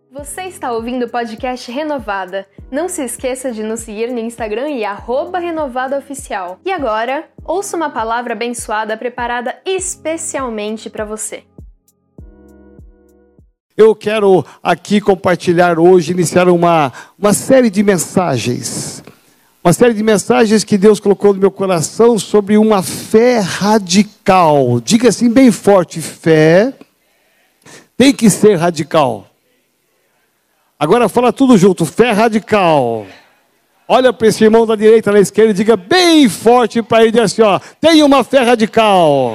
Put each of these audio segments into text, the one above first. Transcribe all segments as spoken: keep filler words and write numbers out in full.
Você está ouvindo o podcast Renovada. Não se esqueça de nos seguir no Instagram e arroba Renovada Oficial. E agora, ouça uma palavra abençoada preparada especialmente para você. Eu quero aqui compartilhar hoje, iniciar uma, uma série de mensagens. Uma série de mensagens que Deus colocou no meu coração sobre uma fé radical. Diga assim bem forte, fé tem que ser radical. Agora fala tudo junto, fé radical. Olha para esse irmão da direita, da esquerda e diga bem forte para ele, diga assim, ó, tem uma fé radical.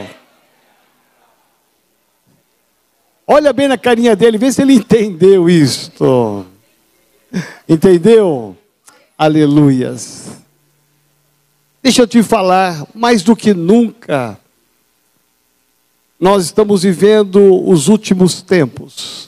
Olha bem na carinha dele, vê se ele entendeu isto. Entendeu? Aleluias. Deixa eu te falar, mais do que nunca, nós estamos vivendo os últimos tempos.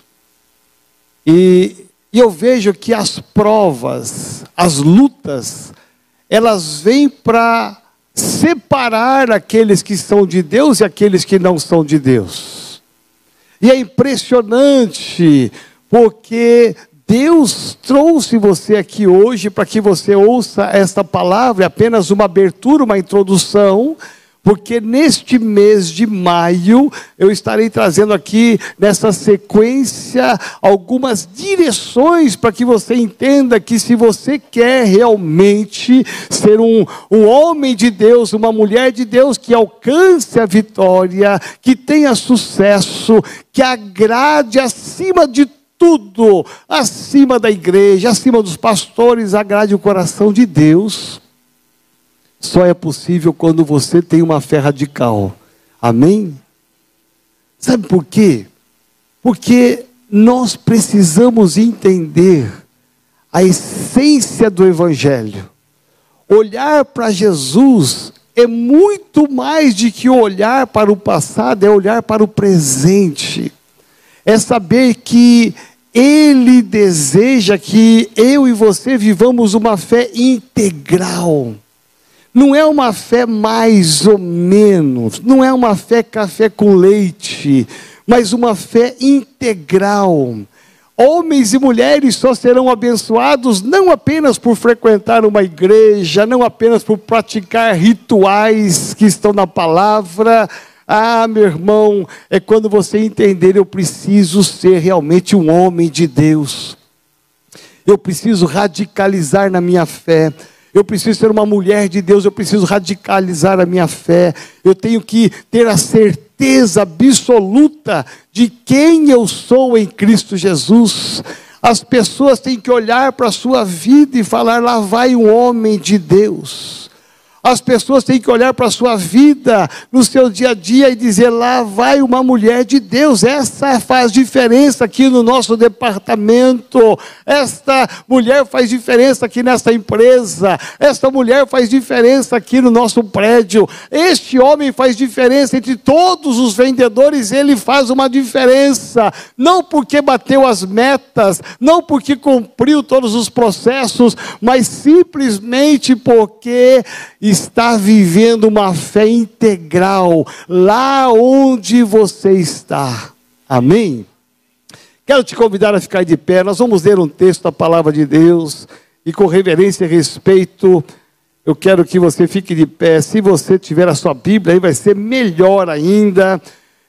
E E eu vejo que as provas, as lutas, elas vêm para separar aqueles que são de Deus e aqueles que não são de Deus. E é impressionante, porque Deus trouxe você aqui hoje para que você ouça esta palavra, é apenas uma abertura, uma introdução, porque neste mês de maio, eu estarei trazendo aqui, nessa sequência, algumas direções para que você entenda que se você quer realmente ser um, um homem de Deus, uma mulher de Deus que alcance a vitória, que tenha sucesso, que agrade acima de tudo, acima da igreja, acima dos pastores, agrade o coração de Deus, só é possível quando você tem uma fé radical. Amém? Sabe por quê? Porque nós precisamos entender a essência do Evangelho. Olhar para Jesus é muito mais do que olhar para o passado, é olhar para o presente. É saber que Ele deseja que eu e você vivamos uma fé integral. Não é uma fé mais ou menos, não é uma fé café com leite, mas uma fé integral. Homens e mulheres só serão abençoados não apenas por frequentar uma igreja, não apenas por praticar rituais que estão na palavra. Ah, meu irmão, é quando você entender, eu preciso ser realmente um homem de Deus. Eu preciso radicalizar na minha fé. Eu preciso ser uma mulher de Deus, eu preciso radicalizar a minha fé. Eu tenho que ter a certeza absoluta de quem eu sou em Cristo Jesus. As pessoas têm que olhar para a sua vida e falar, lá vai um homem de Deus. As pessoas têm que olhar para a sua vida, no seu dia a dia, e dizer, lá vai uma mulher de Deus. Essa faz diferença aqui no nosso departamento. Esta mulher faz diferença aqui nesta empresa. Esta mulher faz diferença aqui no nosso prédio. Este homem faz diferença entre todos os vendedores. Ele faz uma diferença. Não porque bateu as metas, não porque cumpriu todos os processos, mas simplesmente porque está vivendo uma fé integral lá onde você está. Amém? Quero te convidar a ficar de pé. Nós vamos ler um texto da palavra de Deus e com reverência e respeito, eu quero que você fique de pé. Se você tiver a sua Bíblia, aí vai ser melhor ainda.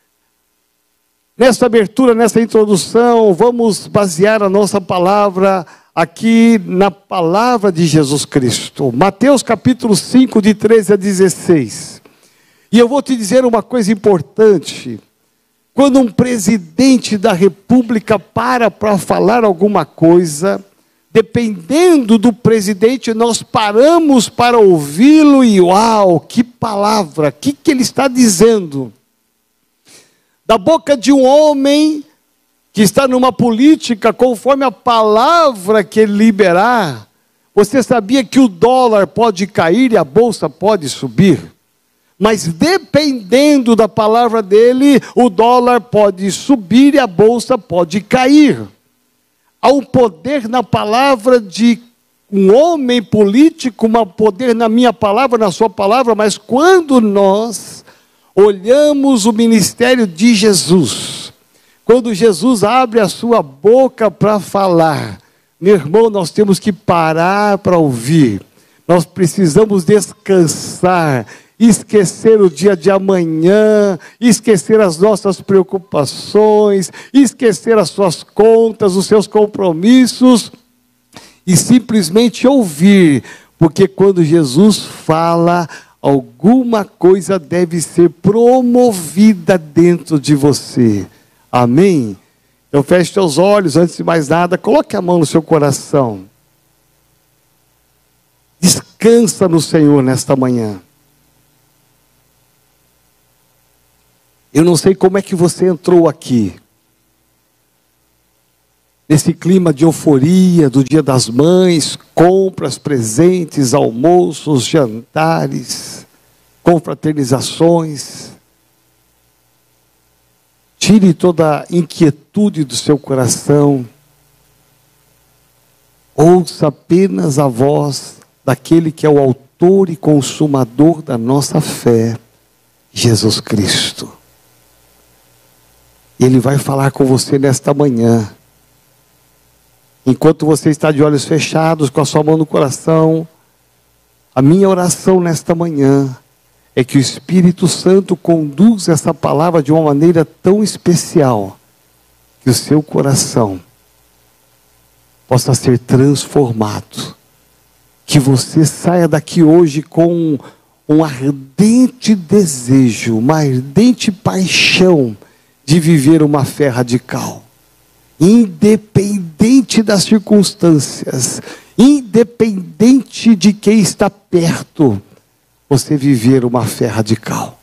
Nessa abertura, nessa introdução, vamos basear a nossa palavra aqui na palavra de Jesus Cristo. Mateus capítulo cinco, de treze a dezesseis. E eu vou te dizer uma coisa importante. Quando um presidente da república para para falar alguma coisa, dependendo do presidente, nós paramos para ouvi-lo e uau, que palavra, o que, que ele está dizendo? Da boca de um homem que está numa política, conforme a palavra que ele liberar, você sabia que o dólar pode cair e a bolsa pode subir? Mas dependendo da palavra dele, o dólar pode subir e a bolsa pode cair. Há um poder na palavra de um homem político, um poder na minha palavra, na sua palavra, mas quando nós olhamos o ministério de Jesus, Quando Jesus abre a sua boca para falar, meu irmão, nós temos que parar para ouvir. Nós precisamos descansar, esquecer o dia de amanhã, esquecer as nossas preocupações, esquecer as suas contas, os seus compromissos e simplesmente ouvir, porque quando Jesus fala, alguma coisa deve ser promovida dentro de você. Amém? Então feche seus olhos, antes de mais nada, coloque a mão no seu coração. Descansa no Senhor nesta manhã. Eu não sei como é que você entrou aqui, nesse clima de euforia do Dia das Mães, compras, presentes, almoços, jantares, confraternizações. Tire toda a inquietude do seu coração. Ouça apenas a voz daquele que é o autor e consumador da nossa fé, Jesus Cristo. Ele vai falar com você nesta manhã. Enquanto você está de olhos fechados, com a sua mão no coração, a minha oração nesta manhã é que o Espírito Santo conduza essa palavra de uma maneira tão especial, que o seu coração possa ser transformado. Que você saia daqui hoje com um ardente desejo, uma ardente paixão de viver uma fé radical. Independente das circunstâncias, independente de quem está perto, você viver uma fé radical.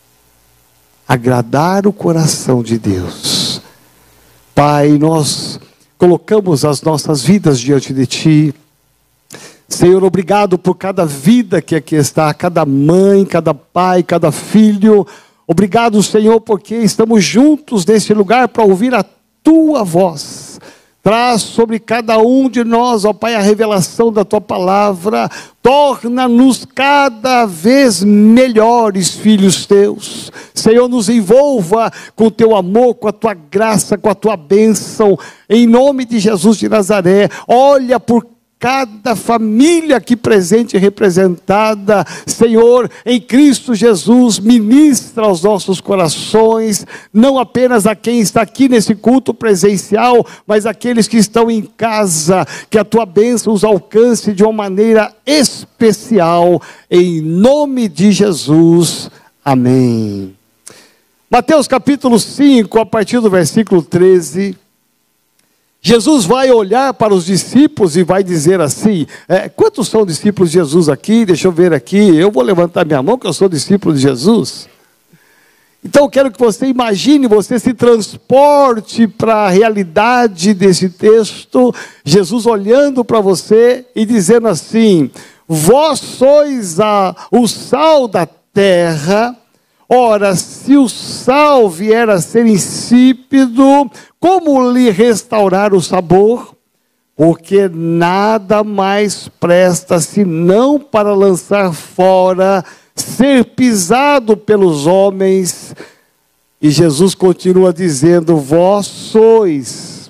Agradar o coração de Deus. Pai, nós colocamos as nossas vidas diante de Ti. Senhor, obrigado por cada vida que aqui está, cada mãe, cada pai, cada filho. Obrigado, Senhor, porque estamos juntos nesse lugar para ouvir a Tua voz. Traz sobre cada um de nós, ó Pai, a revelação da Tua palavra. Torna-nos cada vez melhores filhos Teus. Senhor, nos envolva com o Teu amor, com a Tua graça, com a Tua bênção. Em nome de Jesus de Nazaré, olha por cada família aqui presente e representada, Senhor, em Cristo Jesus, ministra aos nossos corações, não apenas a quem está aqui nesse culto presencial, mas aqueles que estão em casa, que a Tua bênção os alcance de uma maneira especial, em nome de Jesus, amém. Mateus capítulo cinco, a partir do versículo treze, Jesus vai olhar para os discípulos e vai dizer assim, é, quantos são discípulos de Jesus aqui? Deixa eu ver aqui, eu vou levantar minha mão que eu sou discípulo de Jesus. Então eu quero que você imagine, você se transporte para a realidade desse texto, Jesus olhando para você e dizendo assim, vós sois a, o sal da terra. Ora, se o sal vier a ser insípido, como lhe restaurar o sabor? Porque nada mais presta senão para lançar fora, ser pisado pelos homens. E Jesus continua dizendo, vós sois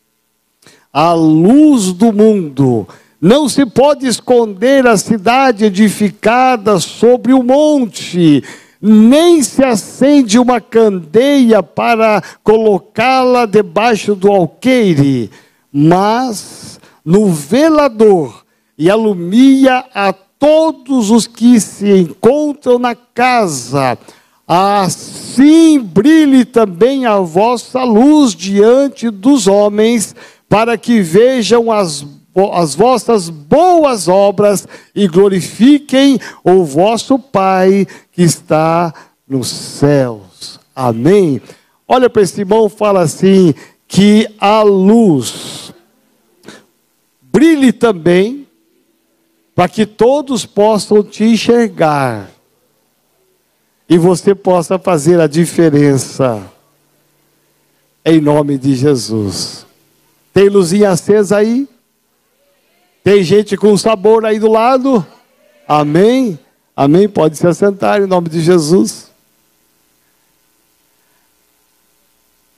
a luz do mundo. Não se pode esconder a cidade edificada sobre o monte, nem se acende uma candeia para colocá-la debaixo do alqueire, mas no velador, e alumia a todos os que se encontram na casa. Assim brilhe também a vossa luz diante dos homens, para que vejam as as vossas boas obras e glorifiquem o vosso Pai que está nos céus. Amém? Olha para esse irmão, fala assim, que a luz brilhe também, para que todos possam te enxergar e você possa fazer a diferença, em nome de Jesus. Tem luzinha acesa aí? Tem gente com sabor aí do lado? Amém? Amém? Pode se assentar em nome de Jesus.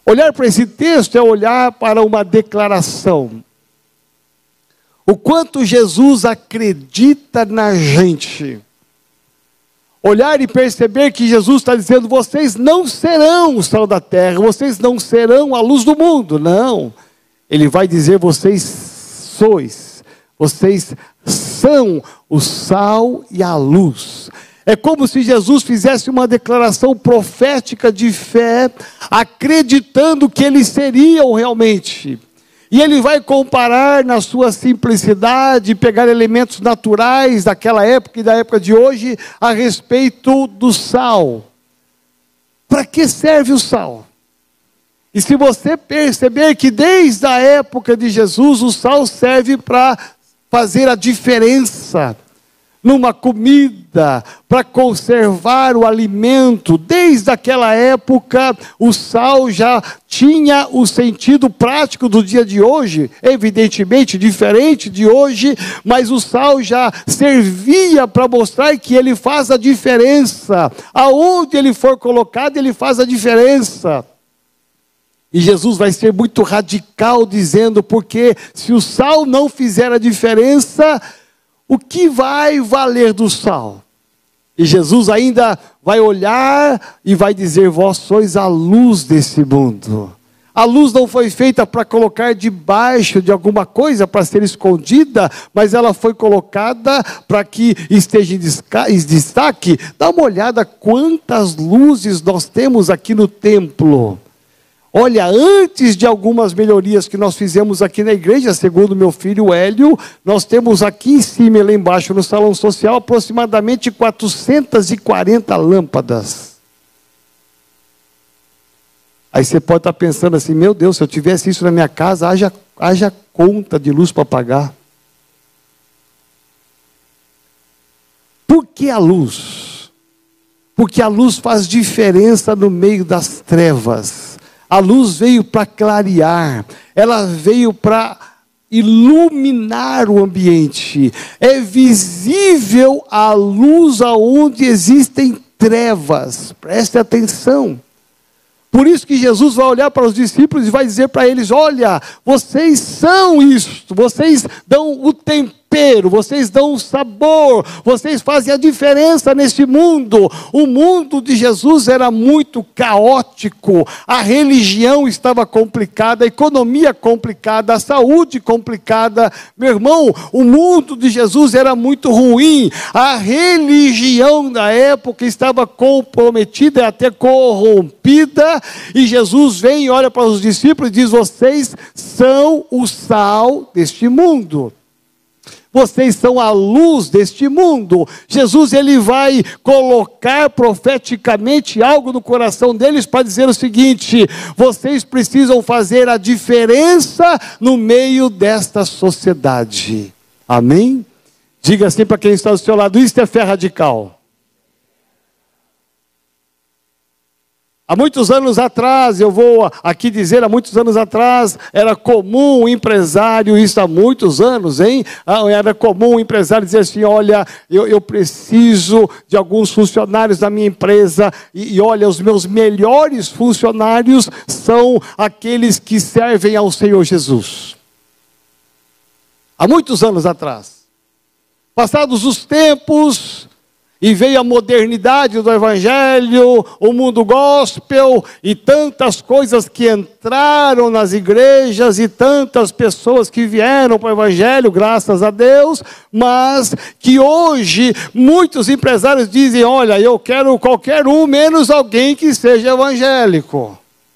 Olhar para esse texto é olhar para uma declaração. O quanto Jesus acredita na gente. Olhar e perceber que Jesus está dizendo, vocês não serão o sal da terra, vocês não serão a luz do mundo. Não. Ele vai dizer, vocês sois, vocês são o sal e a luz. É como se Jesus fizesse uma declaração profética de fé, acreditando que eles seriam realmente. E ele vai comparar na sua simplicidade, pegar elementos naturais daquela época e da época de hoje, a respeito do sal. Para que serve o sal? E se você perceber que desde a época de Jesus, o sal serve para fazer a diferença numa comida, para conservar o alimento. Desde aquela época, o sal já tinha o sentido prático do dia de hoje, evidentemente diferente de hoje, mas o sal já servia para mostrar que ele faz a diferença. Aonde ele for colocado, ele faz a diferença. E Jesus vai ser muito radical dizendo, porque se o sal não fizer a diferença, o que vai valer do sal? E Jesus ainda vai olhar e vai dizer, vós sois a luz desse mundo. A luz não foi feita para colocar debaixo de alguma coisa, para ser escondida, mas ela foi colocada para que esteja em destaque. Dá uma olhada quantas luzes nós temos aqui no templo. Olha, antes de algumas melhorias que nós fizemos aqui na igreja, segundo meu filho Hélio, nós temos aqui em cima e lá embaixo no salão social aproximadamente quatrocentas e quarenta lâmpadas. Aí você pode estar pensando assim, meu Deus, se eu tivesse isso na minha casa, haja, haja conta de luz para pagar. Por que a luz? Porque a luz faz diferença no meio das trevas. A luz veio para clarear, ela veio para iluminar o ambiente. É visível a luz aonde existem trevas. Preste atenção. Por isso que Jesus vai olhar para os discípulos e vai dizer para eles, olha, vocês são isto, vocês dão o tempero, vocês dão o sabor, vocês fazem a diferença neste mundo. O mundo de Jesus era muito caótico, a religião estava complicada, a economia complicada, a saúde complicada. Meu irmão, o mundo de Jesus era muito ruim, a religião da época estava comprometida, até corrompida, e Jesus vem e olha para os discípulos e diz, vocês são o sal deste mundo. Vocês são a luz deste mundo. Jesus, ele vai colocar profeticamente algo no coração deles para dizer o seguinte, vocês precisam fazer a diferença no meio desta sociedade. Amém? Diga assim para quem está do seu lado, isso é fé radical. Há muitos anos atrás, eu vou aqui dizer, há muitos anos atrás, era comum um empresário, isso há muitos anos, hein? Era comum um empresário dizer assim, olha, eu, eu preciso de alguns funcionários da minha empresa, e, e olha, os meus melhores funcionários são aqueles que servem ao Senhor Jesus. Há muitos anos atrás. Passados os tempos, e veio a modernidade do evangelho, o mundo gospel, e tantas coisas que entraram nas igrejas, e tantas pessoas que vieram para o evangelho, graças a Deus, mas que hoje muitos empresários dizem, olha, eu quero qualquer um, menos alguém que seja evangélico.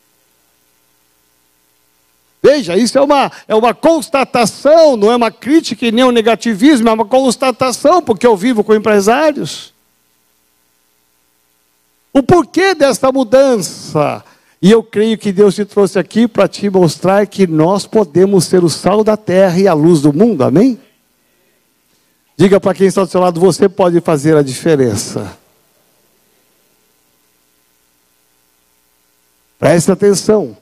Veja, isso é uma, é uma constatação, não é uma crítica e nem um negativismo, é uma constatação, porque eu vivo com empresários. O porquê dessa mudança? E eu creio que Deus te trouxe aqui para te mostrar que nós podemos ser o sal da terra e a luz do mundo, amém? Diga para quem está do seu lado, você pode fazer a diferença. Preste atenção.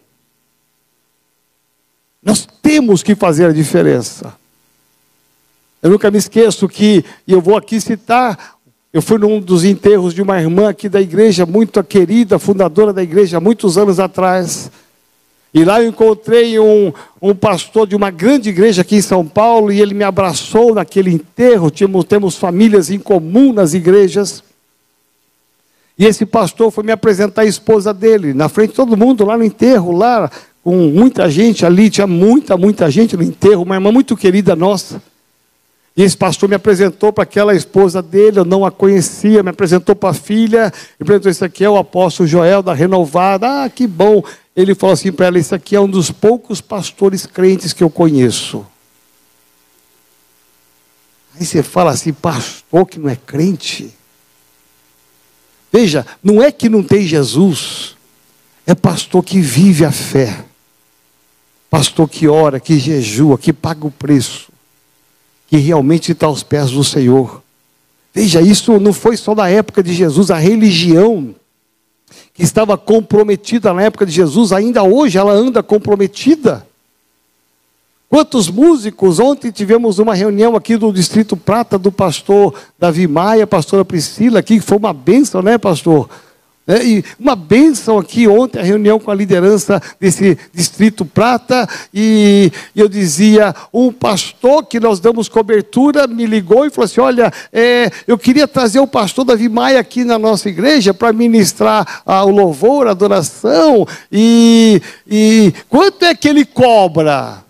Nós temos que fazer a diferença. Eu nunca me esqueço que, e eu vou aqui citar, eu fui num dos enterros de uma irmã aqui da igreja, muito querida, fundadora da igreja, há muitos anos atrás. E lá eu encontrei um, um pastor de uma grande igreja aqui em São Paulo, e ele me abraçou naquele enterro. Temos, temos famílias em comum nas igrejas. E esse pastor foi me apresentar a esposa dele, na frente de todo mundo, lá no enterro, lá com muita gente ali, tinha muita, muita gente no enterro, uma irmã muito querida nossa. E esse pastor me apresentou para aquela esposa dele, eu não a conhecia, me apresentou para a filha, me apresentou: esse aqui é o apóstolo Joel da Renovada. Ah, que bom. Ele falou assim para ela: esse aqui é um dos poucos pastores crentes que eu conheço. Aí você fala assim: pastor que não é crente? Veja, não é que não tem Jesus, é pastor que vive a fé, pastor que ora, que jejua, que paga o preço, que realmente está aos pés do Senhor. Veja, isso não foi só na época de Jesus. A religião que estava comprometida na época de Jesus, ainda hoje ela anda comprometida. Quantos músicos? Ontem tivemos uma reunião aqui do Distrito Prata, do pastor Davi Maia, pastora Priscila aqui, que foi uma bênção, né, pastor? É, e uma bênção aqui ontem, a reunião com a liderança desse Distrito Prata, e, e eu dizia, um pastor que nós damos cobertura me ligou e falou assim: olha, é, eu queria trazer o pastor Davi Maia aqui na nossa igreja para ministrar ah, o louvor, a adoração, e, e quanto é que ele cobra?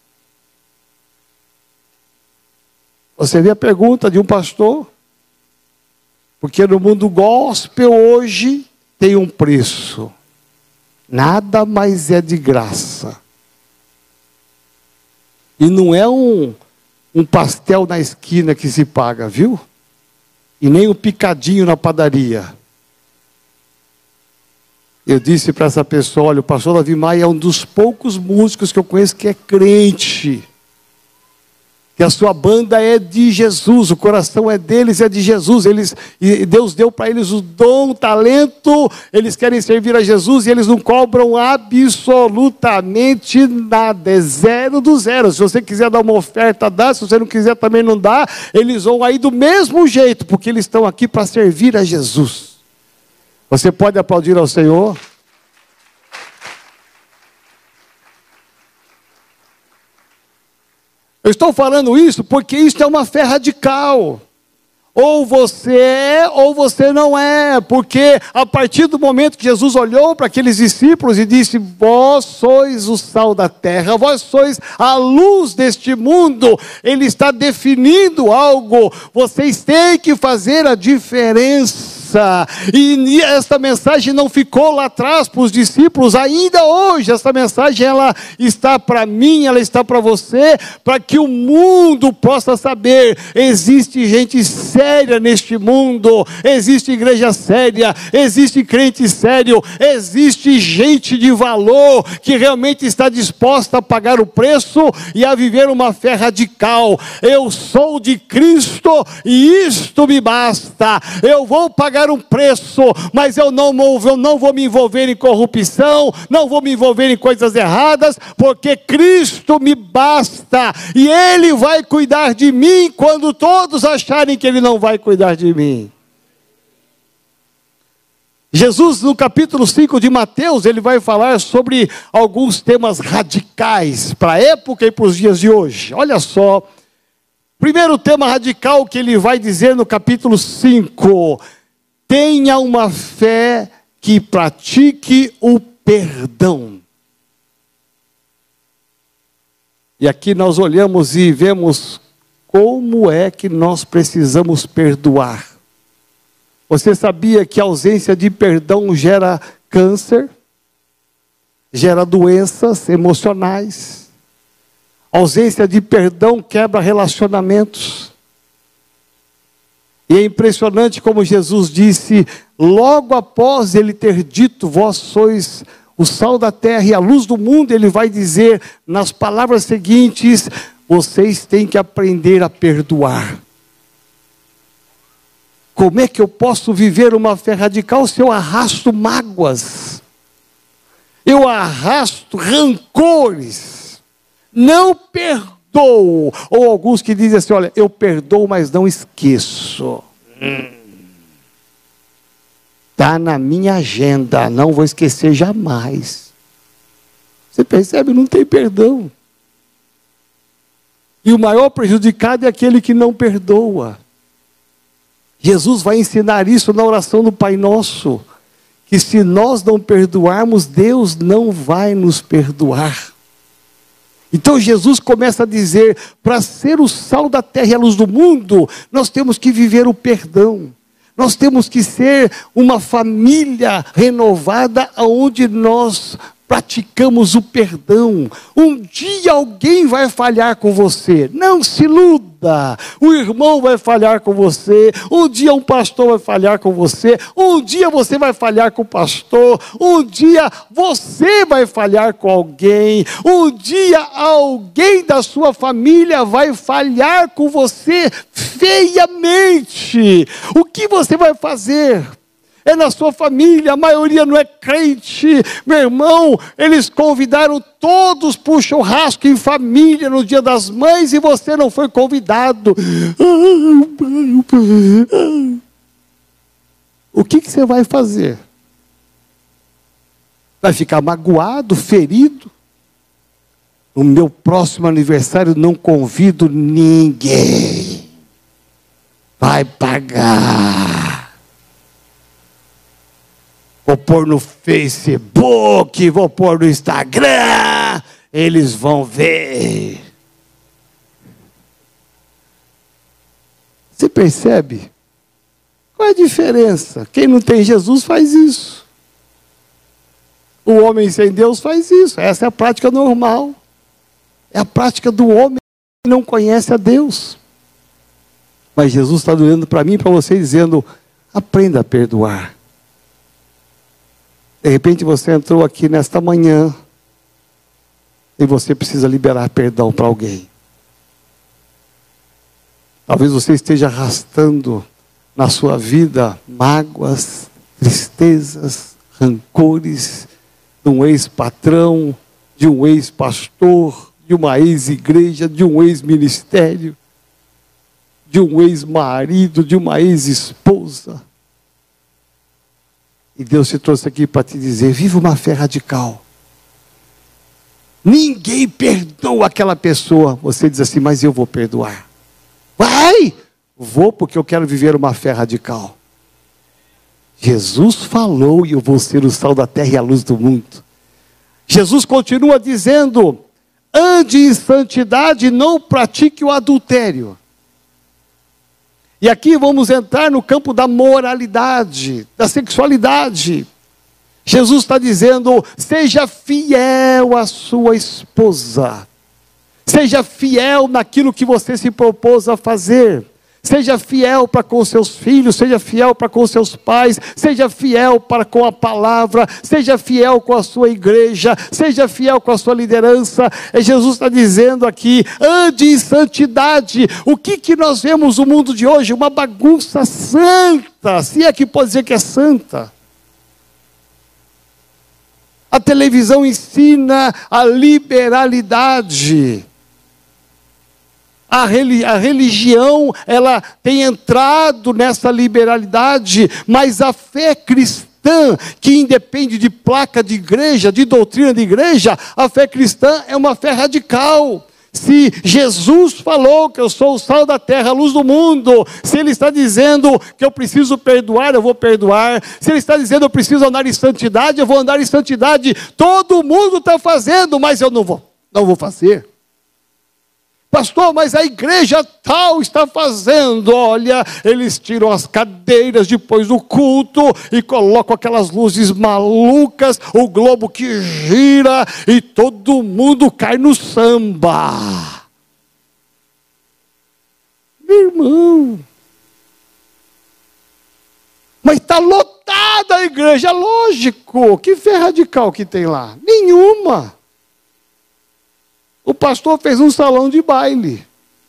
Você vê a pergunta de um pastor? Porque no mundo gospel hoje tem um preço. Nada mais é de graça. E não é um, um pastel na esquina que se paga, viu? E nem um picadinho na padaria. Eu disse para essa pessoa: olha, o pastor Davi Maia é um dos poucos músicos que eu conheço que é crente. Que a sua banda é de Jesus, o coração é deles, é de Jesus. Eles, e Deus deu para eles o dom, o talento, eles querem servir a Jesus e eles não cobram absolutamente nada, é zero do zero. Se você quiser dar uma oferta, dá; se você não quiser, também não dá. Eles vão aí do mesmo jeito, porque eles estão aqui para servir a Jesus. Você pode aplaudir ao Senhor? Eu estou falando isso porque isso é uma fé radical. Ou você é, ou você não é. Porque a partir do momento que Jesus olhou para aqueles discípulos e disse: vós sois o sal da terra, vós sois a luz deste mundo, ele está definindo algo. Vocês têm que fazer a diferença. E esta mensagem não ficou lá atrás para os discípulos. Ainda hoje essa mensagem ela está para mim, ela está para você, para que o mundo possa saber: existe gente séria neste mundo, existe igreja séria, existe crente sério, existe gente de valor que realmente está disposta a pagar o preço e a viver uma fé radical. Eu sou de Cristo e isto me basta. Eu vou pagar um preço, mas eu não, eu não vou me envolver em corrupção, não vou me envolver em coisas erradas, porque Cristo me basta, e Ele vai cuidar de mim quando todos acharem que Ele não vai cuidar de mim. Jesus, no capítulo cinco de Mateus, ele vai falar sobre alguns temas radicais para a época e para os dias de hoje. Olha só, primeiro tema radical que ele vai dizer no capítulo cinco: tenha uma fé que pratique o perdão. E aqui nós olhamos e vemos como é que nós precisamos perdoar. Você sabia que a ausência de perdão gera câncer, gera doenças emocionais? A ausência de perdão quebra relacionamentos. E é impressionante como Jesus disse, logo após ele ter dito: vós sois o sal da terra e a luz do mundo, ele vai dizer nas palavras seguintes: vocês têm que aprender a perdoar. Como é que eu posso viver uma fé radical se eu arrasto mágoas? Eu arrasto rancores, não perdoo. Ou alguns que dizem assim: olha, eu perdoo, mas não esqueço. Está na minha agenda, não vou esquecer jamais. Você percebe? Não tem perdão. E o maior prejudicado é aquele que não perdoa. Jesus vai ensinar isso na oração do Pai Nosso. Que se nós não perdoarmos, Deus não vai nos perdoar. Então Jesus começa a dizer, para ser o sal da terra e a luz do mundo, nós temos que viver o perdão. Nós temos que ser uma família renovada, onde nós praticamos o perdão. Um dia alguém vai falhar com você. Não se iluda. O irmão vai falhar com você. Um dia um pastor vai falhar com você. Um dia você vai falhar com o pastor. Um dia você vai falhar com alguém. Um dia alguém da sua família vai falhar com você feiamente. O que você vai fazer? É na sua família, a maioria não é crente. Meu irmão, eles convidaram todos para o churrasco em família no Dia das Mães e você não foi convidado. O que, que você vai fazer? Vai ficar magoado, ferido? No meu próximo aniversário não convido ninguém. Vai pagar. Vou pôr no Facebook, vou pôr no Instagram, eles vão ver. Você percebe? Qual é a diferença? Quem não tem Jesus faz isso. O homem sem Deus faz isso. Essa é a prática normal. É a prática do homem que não conhece a Deus. Mas Jesus está olhando para mim e para você dizendo, aprenda a perdoar. De repente você entrou aqui nesta manhã e você precisa liberar perdão para alguém. Talvez você esteja arrastando na sua vida mágoas, tristezas, rancores de um ex-patrão, de um ex-pastor, de uma ex-igreja, de um ex-ministério, de um ex-marido, de uma ex-esposa. E Deus te trouxe aqui para te dizer, viva uma fé radical. Ninguém perdoa aquela pessoa. Você diz assim, mas eu vou perdoar. Vai! Vou porque eu quero viver uma fé radical. Jesus falou e eu vou ser o sal da terra e a luz do mundo. Jesus continua dizendo, ande em santidade e não pratique o adultério. E aqui vamos entrar no campo da moralidade, da sexualidade. Jesus está dizendo, seja fiel à sua esposa. Seja fiel naquilo que você se propôs a fazer. Seja fiel para com seus filhos, seja fiel para com seus pais, seja fiel para com a palavra, seja fiel com a sua igreja, seja fiel com a sua liderança. E Jesus está dizendo aqui, ande em santidade. O que, que nós vemos no mundo de hoje? Uma bagunça santa, se é que pode dizer que é santa. A televisão ensina a liberalidade. A religião, ela tem entrado nessa liberalidade, mas a fé cristã, que independe de placa de igreja, de doutrina de igreja, a fé cristã é uma fé radical. Se Jesus falou que eu sou o sal da terra, a luz do mundo, se Ele está dizendo que eu preciso perdoar, eu vou perdoar. Se Ele está dizendo que eu preciso andar em santidade, eu vou andar em santidade. Todo mundo está fazendo, mas eu não vou, não vou fazer. Pastor, mas a igreja tal está fazendo. Olha, eles tiram as cadeiras depois do culto e colocam aquelas luzes malucas, o globo que gira e todo mundo cai no samba. Meu irmão, mas está lotada a igreja, lógico. Que fé radical que tem lá? Nenhuma. O pastor fez um salão de baile.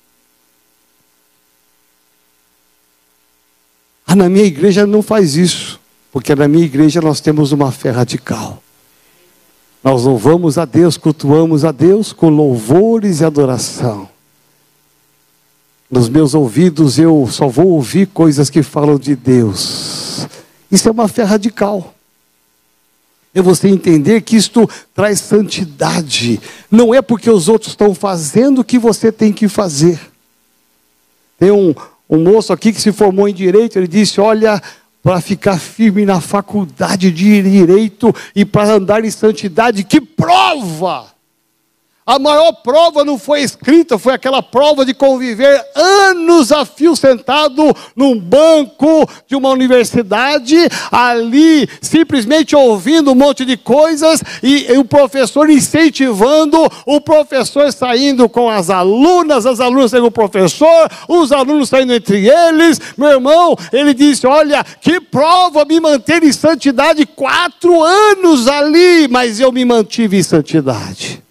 Ah, na minha igreja não faz isso, porque na minha igreja nós temos uma fé radical. Nós louvamos a Deus, cultuamos a Deus com louvores e adoração. Nos meus ouvidos eu só vou ouvir coisas que falam de Deus. Isso é uma fé radical. É você entender que isto traz santidade. Não é porque os outros estão fazendo que você tem que fazer. Tem um, um moço aqui que se formou em Direito, ele disse, olha, para ficar firme na faculdade de Direito e para andar em santidade, que prova! A maior prova não foi escrita, foi aquela prova de conviver anos a fio sentado num banco de uma universidade, ali simplesmente ouvindo um monte de coisas, e, e o professor incentivando, o professor saindo com as alunas, as alunas saindo com o professor, os alunos saindo entre eles. Meu irmão, ele disse, olha, que prova me manter em santidade, quatro anos ali, mas eu me mantive em santidade.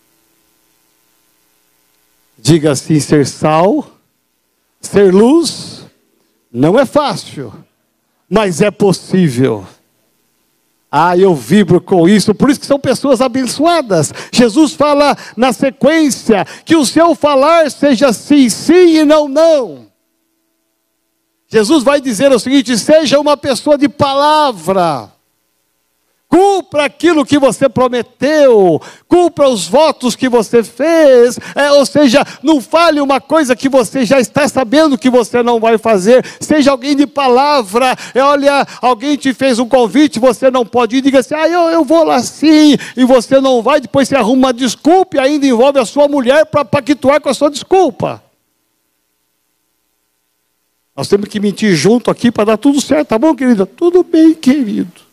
Diga assim, ser sal, ser luz, não é fácil, mas é possível. Ah, eu vibro com isso, por isso que são pessoas abençoadas. Jesus fala na sequência, que o seu falar seja sim, sim e não, não. Jesus vai dizer o seguinte, seja uma pessoa de palavra. Cumpra aquilo que você prometeu, cumpra os votos que você fez, é, ou seja, não fale uma coisa que você já está sabendo que você não vai fazer, seja alguém de palavra, é, olha, alguém te fez um convite, você não pode ir, diga assim, ah, eu, eu vou lá sim, e você não vai, depois você arruma uma desculpa e ainda envolve a sua mulher para pactuar com a sua desculpa. Nós temos que mentir junto aqui para dar tudo certo, tá bom, querido? Tudo bem, querido.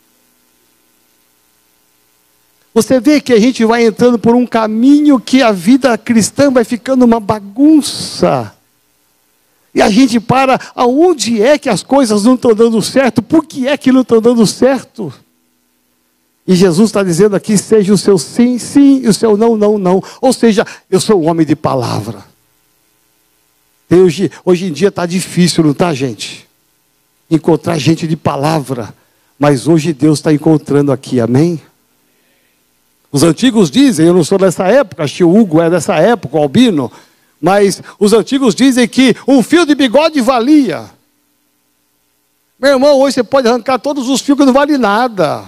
Você vê que a gente vai entrando por um caminho que a vida cristã vai ficando uma bagunça. E a gente para, aonde é que as coisas não estão dando certo? Por que é que não estão dando certo? E Jesus está dizendo aqui, seja o seu sim, sim, e o seu não, não, não. Ou seja, eu sou um homem de palavra. Hoje, hoje em dia está difícil, não está, gente? Encontrar gente de palavra. Mas hoje Deus está encontrando aqui, amém? Os antigos dizem, eu não sou dessa época, acho que o Hugo é dessa época, o Albino, mas os antigos dizem que um fio de bigode valia. Meu irmão, hoje você pode arrancar todos os fios que não vale nada.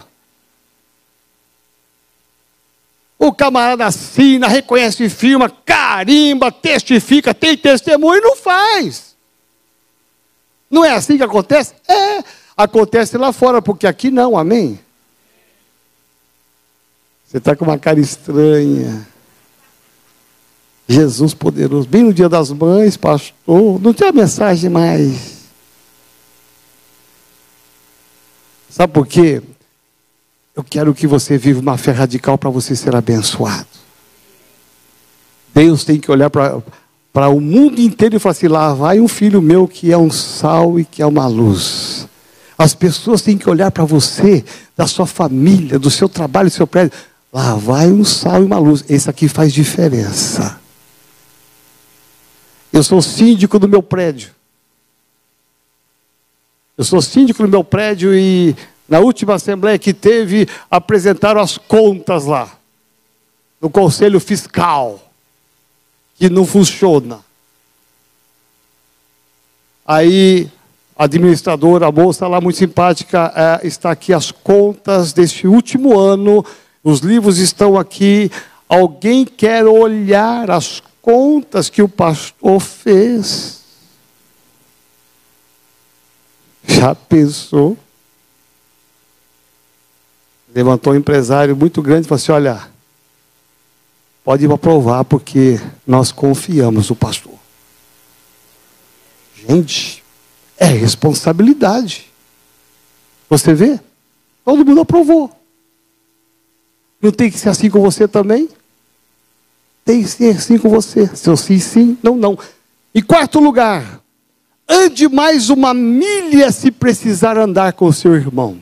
O camarada assina, reconhece firma, carimba, testifica, tem testemunho e não faz. Não é assim que acontece? É, acontece lá fora, porque aqui não, amém? Você está com uma cara estranha. Jesus poderoso. Bem no dia das mães, pastor. Não tem a mensagem mais. Sabe por quê? Eu quero que você viva uma fé radical para você ser abençoado. Deus tem que olhar para para o mundo inteiro e falar assim, lá vai um filho meu que é um sal e que é uma luz. As pessoas têm que olhar para você, da sua família, do seu trabalho, do seu prédio. Lá vai um sal e uma luz. Esse aqui faz diferença. Eu sou síndico do meu prédio. Eu sou síndico do meu prédio e na última assembleia que teve, apresentaram as contas lá. No conselho fiscal. Que não funciona. Aí, a administradora, a moça lá muito simpática, é, está aqui as contas deste último ano. Os livros estão aqui. Alguém quer olhar as contas que o pastor fez? Já pensou? Levantou um empresário muito grande e falou assim, olha, pode aprovar porque nós confiamos no pastor. Gente, é responsabilidade. Você vê? Todo mundo aprovou. Não tem que ser assim com você também? Tem que ser assim com você. Seu sim, sim, não, não. Em quarto lugar, ande mais uma milha se precisar andar com o seu irmão.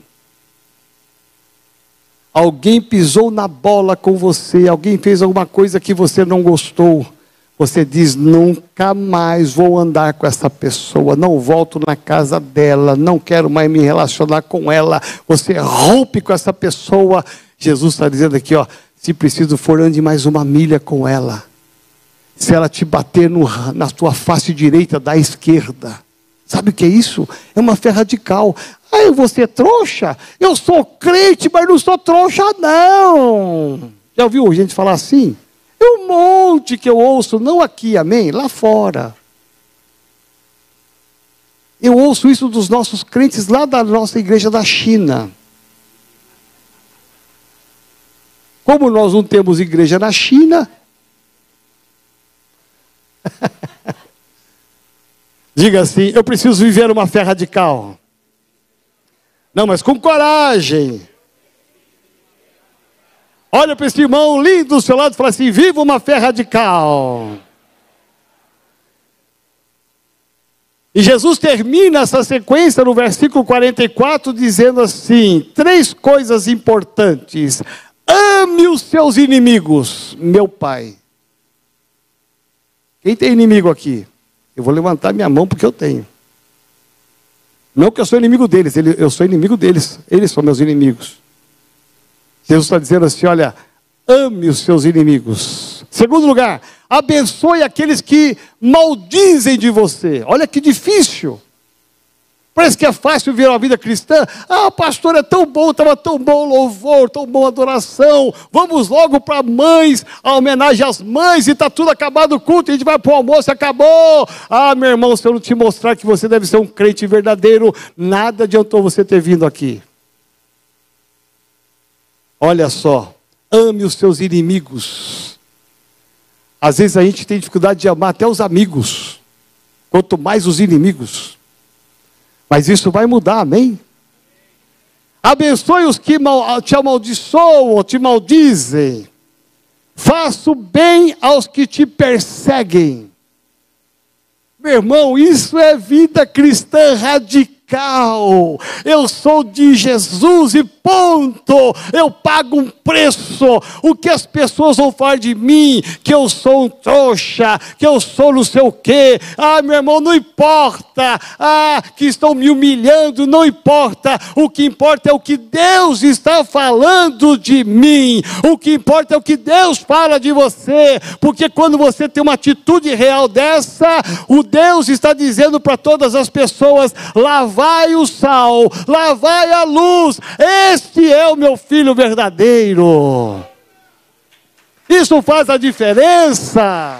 Alguém pisou na bola com você, alguém fez alguma coisa que você não gostou. Você diz, nunca mais vou andar com essa pessoa, não volto na casa dela, não quero mais me relacionar com ela. Você rompe com essa pessoa. Jesus está dizendo aqui, ó, se preciso for, ande mais uma milha com ela. Se ela te bater no, na tua face direita, da esquerda. Sabe o que é isso? É uma fé radical. Ah, eu vou ser trouxa? Eu sou crente, mas não sou trouxa, não. Já ouviu gente falar assim? É um monte que eu ouço, não aqui, amém? Lá fora. Eu ouço isso dos nossos crentes lá da nossa igreja da China. Como nós não temos igreja na China... Diga assim, eu preciso viver uma fé radical. Não, mas com coragem. Olha para esse irmão lindo do seu lado e fala assim, viva uma fé radical. E Jesus termina essa sequência no versículo quarenta e quatro dizendo assim, três coisas importantes. Ame os seus inimigos, meu Pai. Quem tem inimigo aqui? Eu vou levantar minha mão porque eu tenho. Não que eu sou inimigo deles, eu sou inimigo deles. Eles são meus inimigos. Jesus está dizendo assim, olha, ame os seus inimigos. Segundo lugar, abençoe aqueles que maldizem de você. Olha que difícil. Parece que é fácil viver uma vida cristã. Ah, pastor, é tão bom, estava tão bom louvor, tão bom adoração. Vamos logo para mães, a homenagem às mães, e está tudo acabado o culto, a gente vai para o almoço, acabou. Ah, meu irmão, se eu não te mostrar que você deve ser um crente verdadeiro, nada adiantou você ter vindo aqui. Olha só, ame os seus inimigos. Às vezes a gente tem dificuldade de amar até os amigos, quanto mais os inimigos. Mas isso vai mudar, amém? Abençoe os que mal, te amaldiçoam, te maldizem. Faça o bem aos que te perseguem. Meu irmão, isso é vida cristã radical. Eu sou de Jesus e ponto. Eu pago um preço. O que as pessoas vão falar de mim? Que eu sou um trouxa, que eu sou não sei o quê. Ah, meu irmão, não importa. Ah, que estão me humilhando, não importa. O que importa é o que Deus está falando de mim. O que importa é o que Deus fala de você. Porque quando você tem uma atitude real dessa, o Deus está dizendo para todas as pessoas, lá vai o sal, lá vai a luz, este é o meu filho verdadeiro. Isso faz a diferença.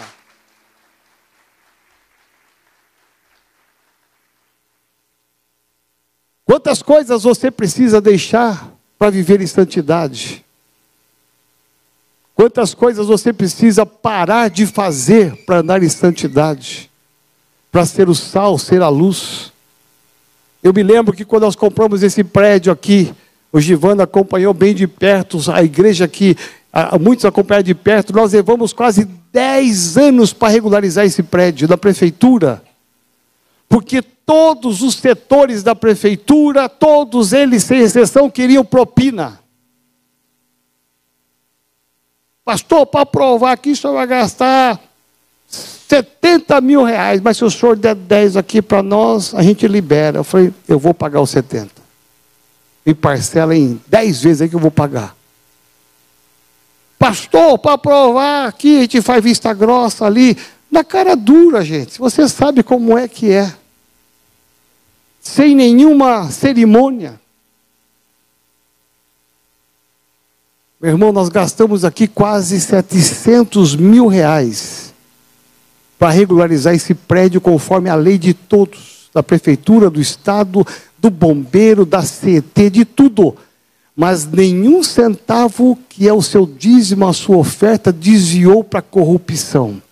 Quantas coisas você precisa deixar para viver em santidade? Quantas coisas você precisa parar de fazer para andar em santidade? Para ser o sal, ser a luz. Eu me lembro que quando nós compramos esse prédio aqui, o Givano acompanhou bem de perto, a igreja aqui, muitos acompanharam de perto, nós levamos quase dez anos para regularizar esse prédio da prefeitura. Porque todos os setores da prefeitura, todos eles, sem exceção, queriam propina. Pastor, para provar aqui, o senhor vai gastar setenta mil reais, mas se o senhor der dez aqui para nós, a gente libera. Eu falei, eu vou pagar os setenta. Me parcela em dez vezes aí que eu vou pagar. Pastor, para provar aqui, a gente faz vista grossa ali. Na cara dura, gente. Você sabe como é que é. Sem nenhuma cerimônia. Meu irmão, nós gastamos aqui quase setecentos mil reais para regularizar esse prédio conforme a lei de todos, da prefeitura, do estado, do bombeiro, da C E T, de tudo. Mas nenhum centavo que é o seu dízimo, a sua oferta, desviou para a corrupção.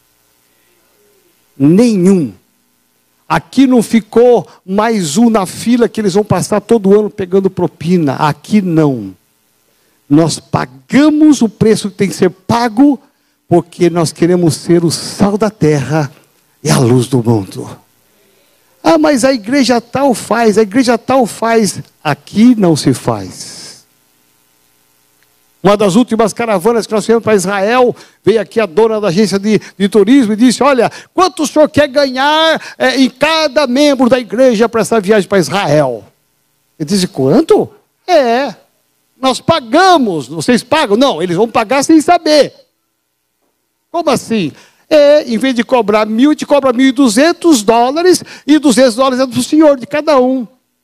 Nenhum. Aqui não ficou mais um na fila que eles vão passar todo ano pegando propina. Aqui não. Nós pagamos o preço que tem que ser pago, porque nós queremos ser o sal da terra e a luz do mundo. Ah, mas a igreja tal faz, a igreja tal faz. Aqui não se faz. Uma das últimas caravanas que nós fizemos para Israel, veio aqui a dona da agência de, de turismo e disse, olha, quanto o senhor quer ganhar é, em cada membro da igreja para essa viagem para Israel? Eu disse, quanto? É, nós pagamos, vocês pagam? Não, eles vão pagar sem saber. Como assim? É, em vez de cobrar mil, te cobra mil e duzentos dólares, e duzentos dólares é do senhor, de cada um.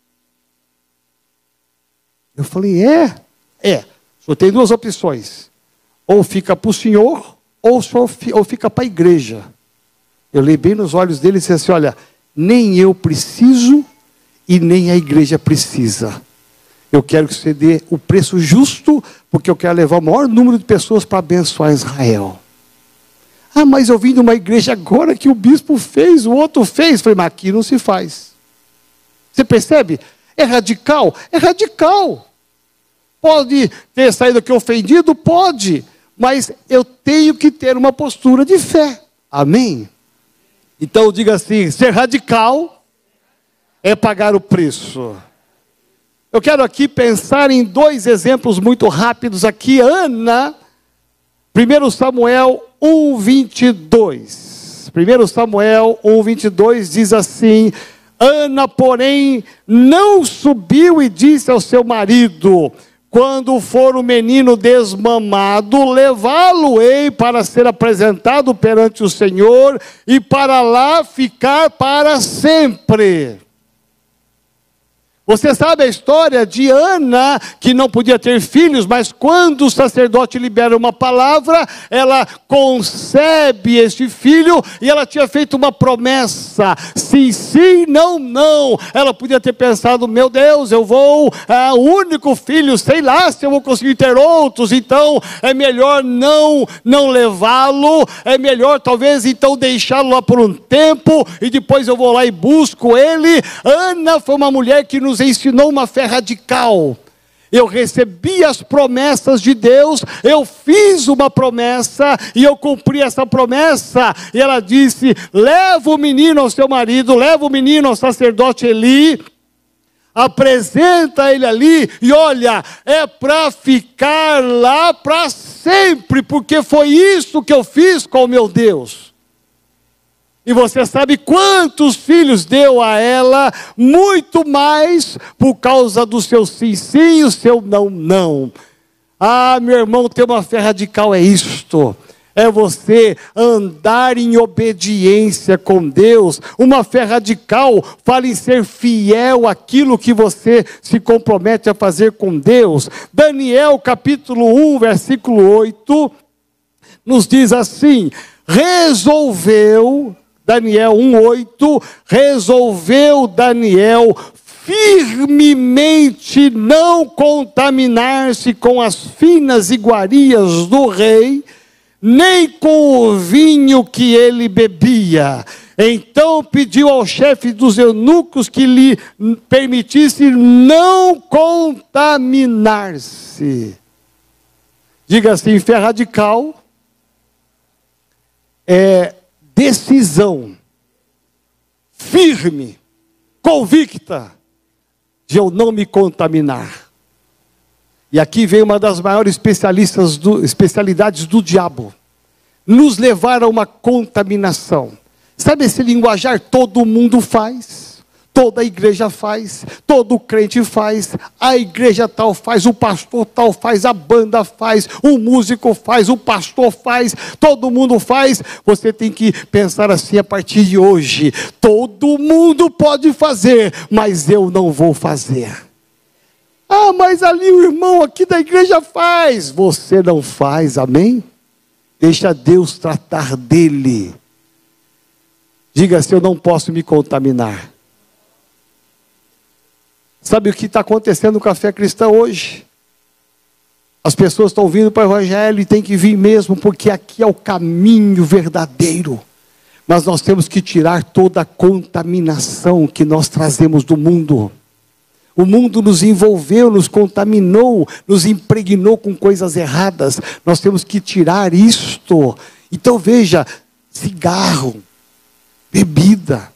Eu falei, é? É. O senhor tem duas opções. Ou fica para o senhor, ou, ou fica para a igreja. Eu olhei bem nos olhos dele e disse assim, olha, nem eu preciso e nem a igreja precisa. Eu quero que você dê o preço justo, porque eu quero levar o maior número de pessoas para abençoar Israel. Ah, mas eu vim de uma igreja agora que o bispo fez, o outro fez. Eu falei, mas aqui não se faz. Você percebe? É radical? É radical. Pode ter saído aqui ofendido? Pode. Mas eu tenho que ter uma postura de fé. Amém? Então diga assim, ser radical é pagar o preço. Eu quero aqui pensar em dois exemplos muito rápidos aqui. Ana, primeiro Samuel um, vinte e dois. primeiro Samuel um, vinte e dois diz assim, Ana, porém, não subiu e disse ao seu marido, quando for o menino desmamado, levá-lo-ei para ser apresentado perante o Senhor e para lá ficar para sempre. Você sabe a história de Ana, que não podia ter filhos, mas quando o sacerdote libera uma palavra, ela concebe este filho, e ela tinha feito uma promessa, sim, sim, não, não. Ela podia ter pensado, meu Deus, eu vou, é o único filho, sei lá se eu vou conseguir ter outros, então é melhor não, não levá-lo, é melhor talvez então deixá-lo lá por um tempo, e depois eu vou lá e busco ele. Ana foi uma mulher que nos ensinou uma fé radical. Eu recebi as promessas de Deus, eu fiz uma promessa e eu cumpri essa promessa. E ela disse, leva o menino ao seu marido, leva o menino ao sacerdote Eli, apresenta ele ali e olha, é para ficar lá para sempre, porque foi isso que eu fiz com o meu Deus. E você sabe quantos filhos deu a ela? Muito mais por causa do seu sim, sim e o seu não, não. Ah, meu irmão, ter uma fé radical é isto. É você andar em obediência com Deus. Uma fé radical fala em ser fiel àquilo que você se compromete a fazer com Deus. Daniel capítulo um, versículo oito, nos diz assim, resolveu... Daniel um, oito, resolveu Daniel firmemente não contaminar-se com as finas iguarias do rei, nem com o vinho que ele bebia. Então pediu ao chefe dos eunucos que lhe permitisse não contaminar-se. Diga assim, fé radical é decisão firme, convicta, de eu não me contaminar. E aqui vem uma das maiores especialistas do, especialidades do diabo, nos levar a uma contaminação. Sabe esse linguajar todo mundo faz? Toda a igreja faz, todo crente faz, a igreja tal faz, o pastor tal faz, a banda faz, o músico faz, o pastor faz, todo mundo faz. Você tem que pensar assim a partir de hoje, todo mundo pode fazer, mas eu não vou fazer. Ah, mas ali o irmão aqui da igreja faz, você não faz, amém? Deixa Deus tratar dele. Diga assim, eu não posso me contaminar. Sabe o que está acontecendo com a fé cristã hoje? As pessoas estão vindo para o evangelho e tem que vir mesmo, porque aqui é o caminho verdadeiro. Mas nós temos que tirar toda a contaminação que nós trazemos do mundo. O mundo nos envolveu, nos contaminou, nos impregnou com coisas erradas. Nós temos que tirar isto. Então veja, cigarro, bebida,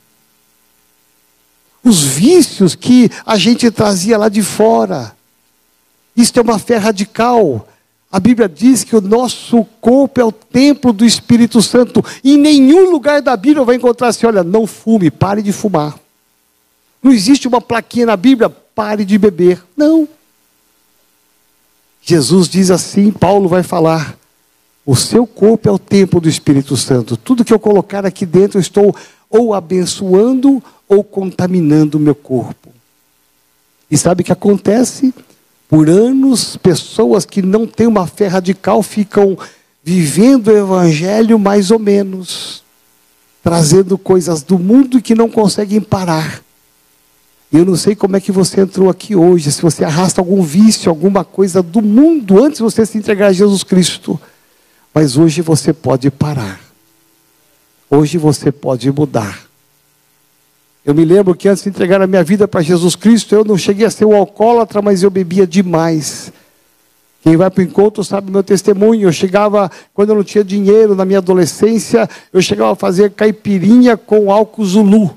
os vícios que a gente trazia lá de fora. Isto é uma fé radical. A Bíblia diz que o nosso corpo é o templo do Espírito Santo. Em nenhum lugar da Bíblia vai encontrar assim, olha, não fume, pare de fumar. Não existe uma plaquinha na Bíblia, pare de beber. Não. Jesus diz assim, Paulo vai falar, O seu corpo é o templo do Espírito Santo. Tudo que eu colocar aqui dentro, eu estou ou abençoando ou contaminando o meu corpo. E sabe o que acontece? Por anos, pessoas que não têm uma fé radical ficam vivendo o evangelho mais ou menos, trazendo coisas do mundo e que não conseguem parar. Eu não sei como é que você entrou aqui hoje, se você arrasta algum vício, alguma coisa do mundo antes de você se entregar a Jesus Cristo. Mas hoje você pode parar. Hoje você pode mudar. Eu me lembro que antes de entregar a minha vida para Jesus Cristo, eu não cheguei a ser um alcoólatra, mas eu bebia demais. Quem vai para o encontro sabe o meu testemunho. Eu chegava, quando eu não tinha dinheiro, na minha adolescência, eu chegava a fazer caipirinha com álcool Zulu.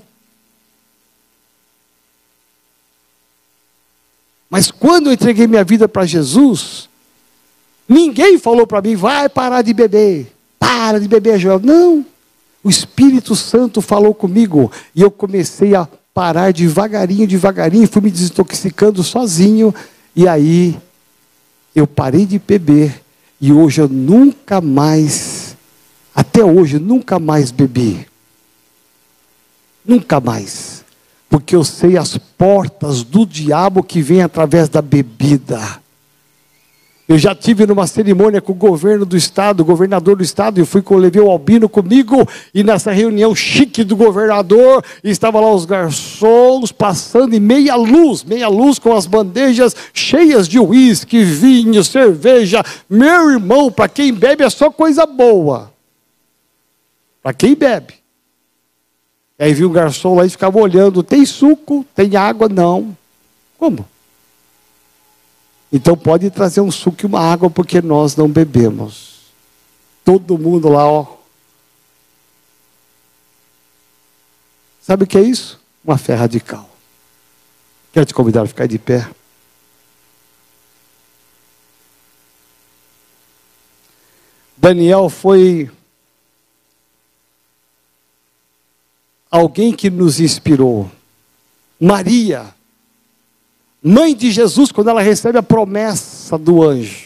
Mas quando eu entreguei minha vida para Jesus, ninguém falou para mim, vai parar de beber, para de beber, Joel. Não, o Espírito Santo falou comigo, e eu comecei a parar devagarinho, devagarinho, fui me desintoxicando sozinho, e aí eu parei de beber, e hoje eu nunca mais, até hoje, nunca mais bebi. Nunca mais. Porque eu sei as portas do diabo que vem através da bebida. Eu já tive numa cerimônia com o governo do estado, o governador do estado, e fui com, levei o Albino comigo, e nessa reunião chique do governador, estava lá os garçons passando em meia luz, meia luz com as bandejas cheias de uísque, vinho, cerveja. Meu irmão, para quem bebe é só coisa boa. Para quem bebe. Aí vi um garçom lá e ficava olhando, tem suco, tem água? Não. Como? Então pode trazer um suco e uma água, porque nós não bebemos. Todo mundo lá, ó. Sabe o que é isso? Uma fé radical. Quero te convidar a ficar de pé. Daniel foi alguém que nos inspirou. Maria, mãe de Jesus, quando ela recebe a promessa do anjo,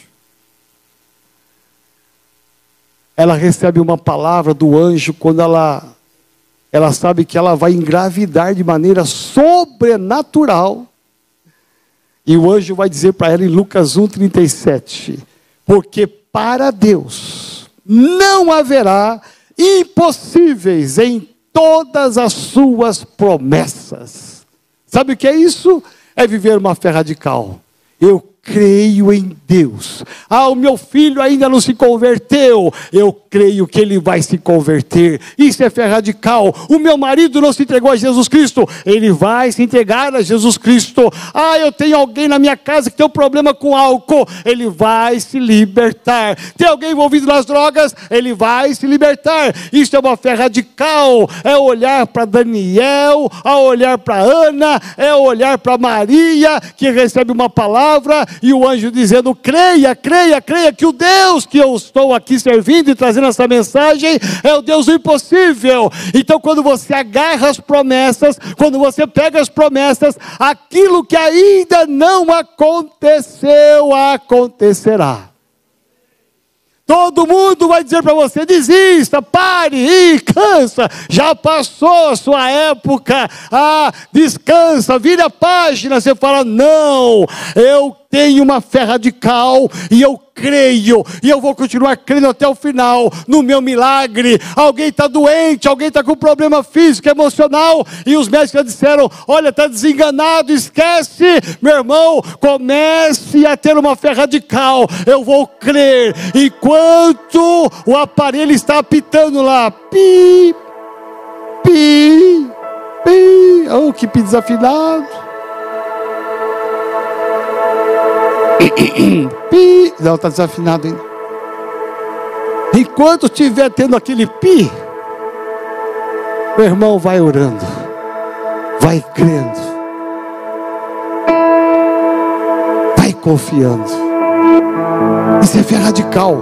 ela recebe uma palavra do anjo quando ela, ela sabe que ela vai engravidar de maneira sobrenatural. E o anjo vai dizer para ela em Lucas um, trinta e sete, porque para Deus não haverá impossíveis em todas as suas promessas. Sabe o que é isso? É viver uma fé radical. Eu creio em Deus. Ah, o meu filho ainda não se converteu. Eu creio que ele vai se converter. Isso é fé radical. O meu marido não se entregou a Jesus Cristo. Ele vai se entregar a Jesus Cristo. Ah, eu tenho alguém na minha casa que tem um problema com álcool. Ele vai se libertar. Tem alguém envolvido nas drogas? Ele vai se libertar. Isso é uma fé radical. É olhar para Daniel, é olhar para Ana, é olhar para Maria, que recebe uma palavra, e o anjo dizendo, creia, creia, creia, que o Deus que eu estou aqui servindo e trazendo essa mensagem, é o Deus do impossível. Então quando você agarra as promessas, quando você pega as promessas, aquilo que ainda não aconteceu, acontecerá. Todo mundo vai dizer para você, desista, pare, ih, cansa, já passou a sua época, ah, descansa, vira a página. Você fala, não, eu tenho uma fé radical, e eu creio, e eu vou continuar crendo até o final, no meu milagre. Alguém está doente, alguém está com problema físico, emocional, e os médicos já disseram, olha, está desenganado, esquece. Meu irmão, comece a ter uma fé radical. Eu vou crer, enquanto o aparelho está apitando lá, pi, pi, pi, oh, que pi desafinado. Pi, não, está desafinado ainda. Enquanto estiver tendo aquele pi, meu irmão, vai orando, vai crendo, vai confiando. Isso é fé radical.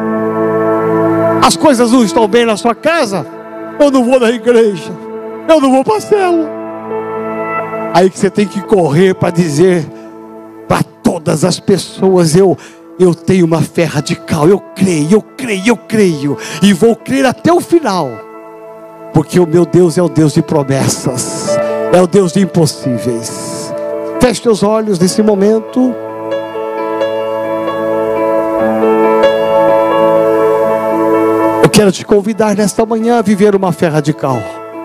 As coisas não estão bem na sua casa, eu não vou na igreja, eu não vou para a célula. Aí que você tem que correr para dizer para todas as pessoas, eu, eu tenho uma fé radical. Eu creio, eu creio, eu creio. E vou crer até o final. Porque o meu Deus é o Deus de promessas. É o Deus de impossíveis. Feche os olhos nesse momento. Eu quero te convidar nesta manhã a viver uma fé radical.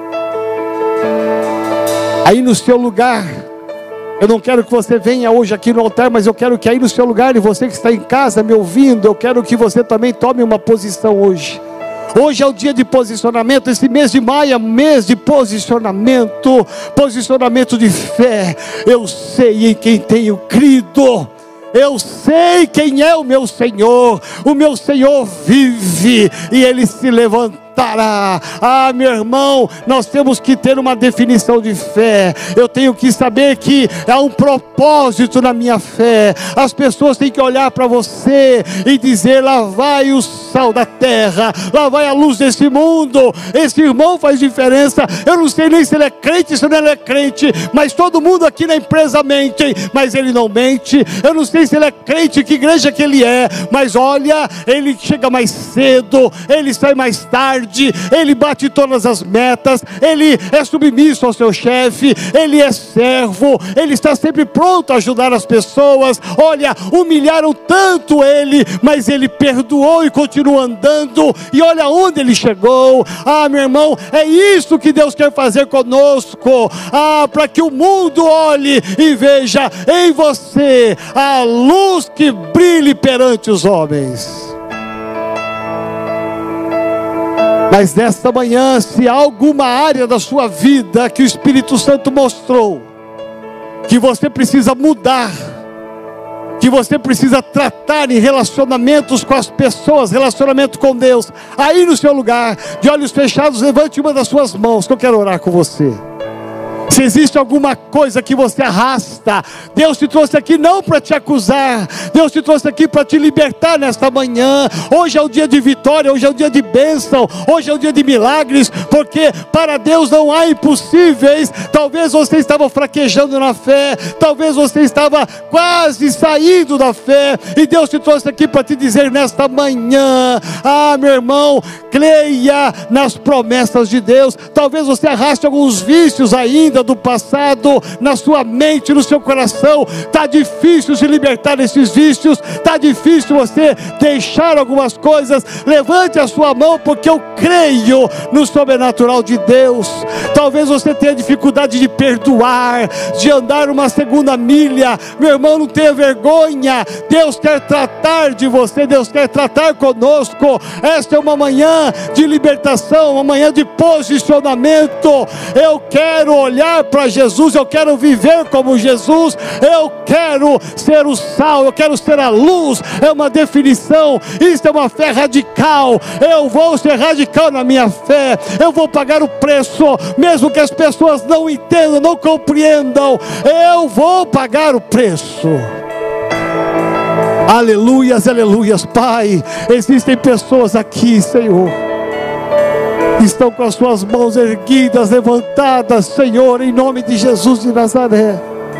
Aí no seu lugar, eu não quero que você venha hoje aqui no altar, mas eu quero que aí no seu lugar, e você que está em casa me ouvindo, eu quero que você também tome uma posição hoje. Hoje é o dia de posicionamento. Esse mês de maio é mês de posicionamento. Posicionamento de fé. Eu sei em quem tenho crido. Eu sei quem é o meu Senhor. O meu Senhor vive e Ele se levantará. Ah, meu irmão, nós temos que ter uma definição de fé. Eu tenho que saber que há um propósito na minha fé. As pessoas têm que olhar para você e dizer: lá vai o sal da terra, lá vai a luz desse mundo. Esse irmão faz diferença. Eu não sei nem se ele é crente, se não ele é crente, mas todo mundo aqui na empresa mente, mas ele não mente. Eu não sei se ele é crente, que igreja que ele é, mas olha, ele chega mais cedo, ele sai mais tarde, ele bate todas as metas, ele é submisso ao seu chefe, ele é servo, ele está sempre pronto a ajudar as pessoas. Olha, humilharam tanto ele, mas ele perdoou e continua andando, e olha onde ele chegou. Ah, meu irmão, é isso que Deus quer fazer conosco. Ah, para que o mundo olhe e veja em você a luz que brilhe perante os homens. Mas nesta manhã, se há alguma área da sua vida que o Espírito Santo mostrou que você precisa mudar, que você precisa tratar em relacionamentos com as pessoas, relacionamento com Deus, aí no seu lugar, de olhos fechados, levante uma das suas mãos, que eu quero orar com você. Se existe alguma coisa que você arrasta, Deus te trouxe aqui não para te acusar, Deus te trouxe aqui para te libertar nesta manhã. Hoje é o dia de vitória, hoje é o dia de bênção, hoje é o dia de milagres, porque para Deus não há impossíveis. Talvez você estava fraquejando na fé, talvez você estava quase saindo da fé, e Deus te trouxe aqui para te dizer nesta manhã: ah, meu irmão, creia nas promessas de Deus. Talvez você arraste alguns vícios ainda do passado na sua mente, no seu coração. Está difícil se libertar desses vícios, está difícil você deixar algumas coisas. Levante a sua mão, porque eu creio no sobrenatural de Deus. Talvez você tenha dificuldade de perdoar, de andar uma segunda milha. Meu irmão, não tenha vergonha. Deus quer tratar de você, Deus quer tratar conosco. Esta é uma manhã de libertação, uma manhã de posicionamento. Eu quero olhar para Jesus, eu quero viver como Jesus, eu quero ser o sal, eu quero ser a luz. É uma definição, isso é uma fé radical. Eu vou ser radical na minha fé, eu vou pagar o preço, mesmo que as pessoas não entendam, não compreendam, eu vou pagar o preço. Aleluias, aleluias. Pai, existem pessoas aqui, Senhor, estão com as suas mãos erguidas, levantadas, Senhor, em nome de Jesus de Nazaré.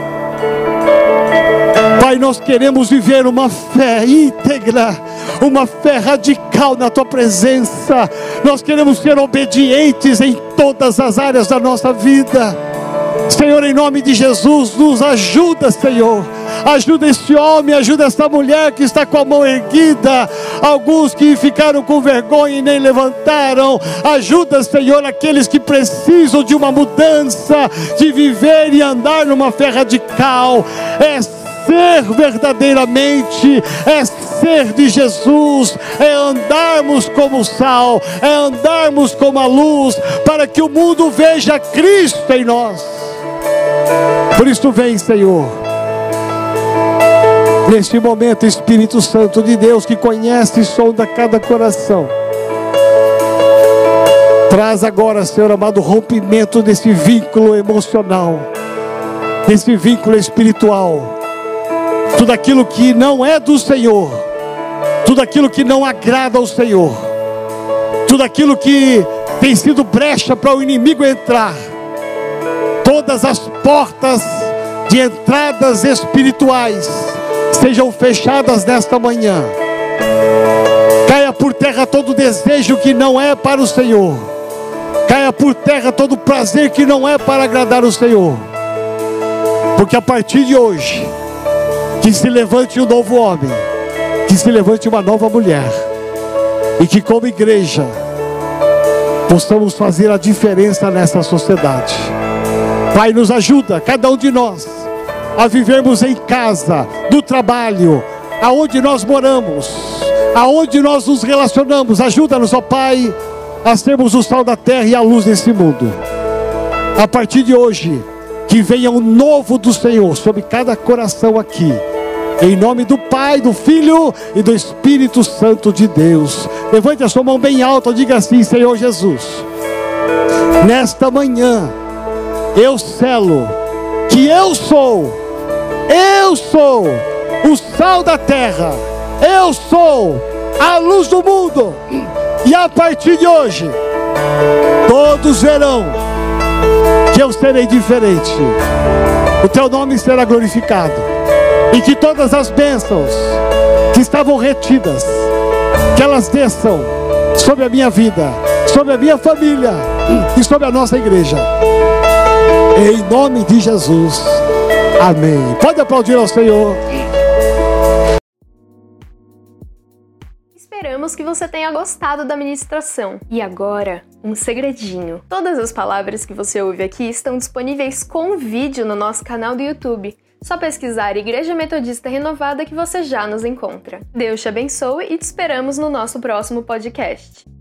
Pai, nós queremos viver uma fé íntegra, uma fé radical na Tua presença. Nós queremos ser obedientes em todas as áreas da nossa vida. Senhor, em nome de Jesus, nos ajuda, Senhor. Ajuda este homem, ajuda esta mulher que está com a mão erguida. Alguns que ficaram com vergonha e nem levantaram. Ajuda, Senhor, aqueles que precisam de uma mudança, de viver e andar numa fé radical. É ser verdadeiramente, é ser de Jesus, é andarmos como o sal, é andarmos como a luz, para que o mundo veja Cristo em nós. Por isso vem, Senhor, neste momento, Espírito Santo de Deus, que conhece e sonda cada coração. Traz agora, Senhor amado, rompimento desse vínculo emocional, desse vínculo espiritual. Tudo aquilo que não é do Senhor, tudo aquilo que não agrada ao Senhor, tudo aquilo que tem sido brecha para o inimigo entrar, todas as portas de entradas espirituais sejam fechadas nesta manhã. Caia por terra todo desejo que não é para o Senhor. Caia por terra todo prazer que não é para agradar o Senhor. Porque a partir de hoje, que se levante um novo homem, que se levante uma nova mulher, e que como igreja possamos fazer a diferença nessa sociedade. Pai, nos ajuda, cada um de nós, a vivermos em casa, no trabalho, aonde nós moramos, aonde nós nos relacionamos. Ajuda-nos, ó Pai, a sermos o sal da terra e a luz desse mundo. A partir de hoje, que venha um novo do Senhor sobre cada coração aqui. Em nome do Pai, do Filho e do Espírito Santo de Deus. Levante a sua mão bem alta, diga assim: Senhor Jesus, nesta manhã, eu selo que eu sou, eu sou o sal da terra, eu sou a luz do mundo. E a partir de hoje, todos verão que eu serei diferente. O teu nome será glorificado. E que todas as bênçãos que estavam retidas, que elas desçam sobre a minha vida, sobre a minha família e sobre a nossa igreja. Em nome de Jesus. Amém. Pode aplaudir ao Senhor. Esperamos que você tenha gostado da ministração. E agora, um segredinho. Todas as palavras que você ouve aqui estão disponíveis com vídeo no nosso canal do YouTube. Só pesquisar Igreja Metodista Renovada que você já nos encontra. Deus te abençoe e te esperamos no nosso próximo podcast.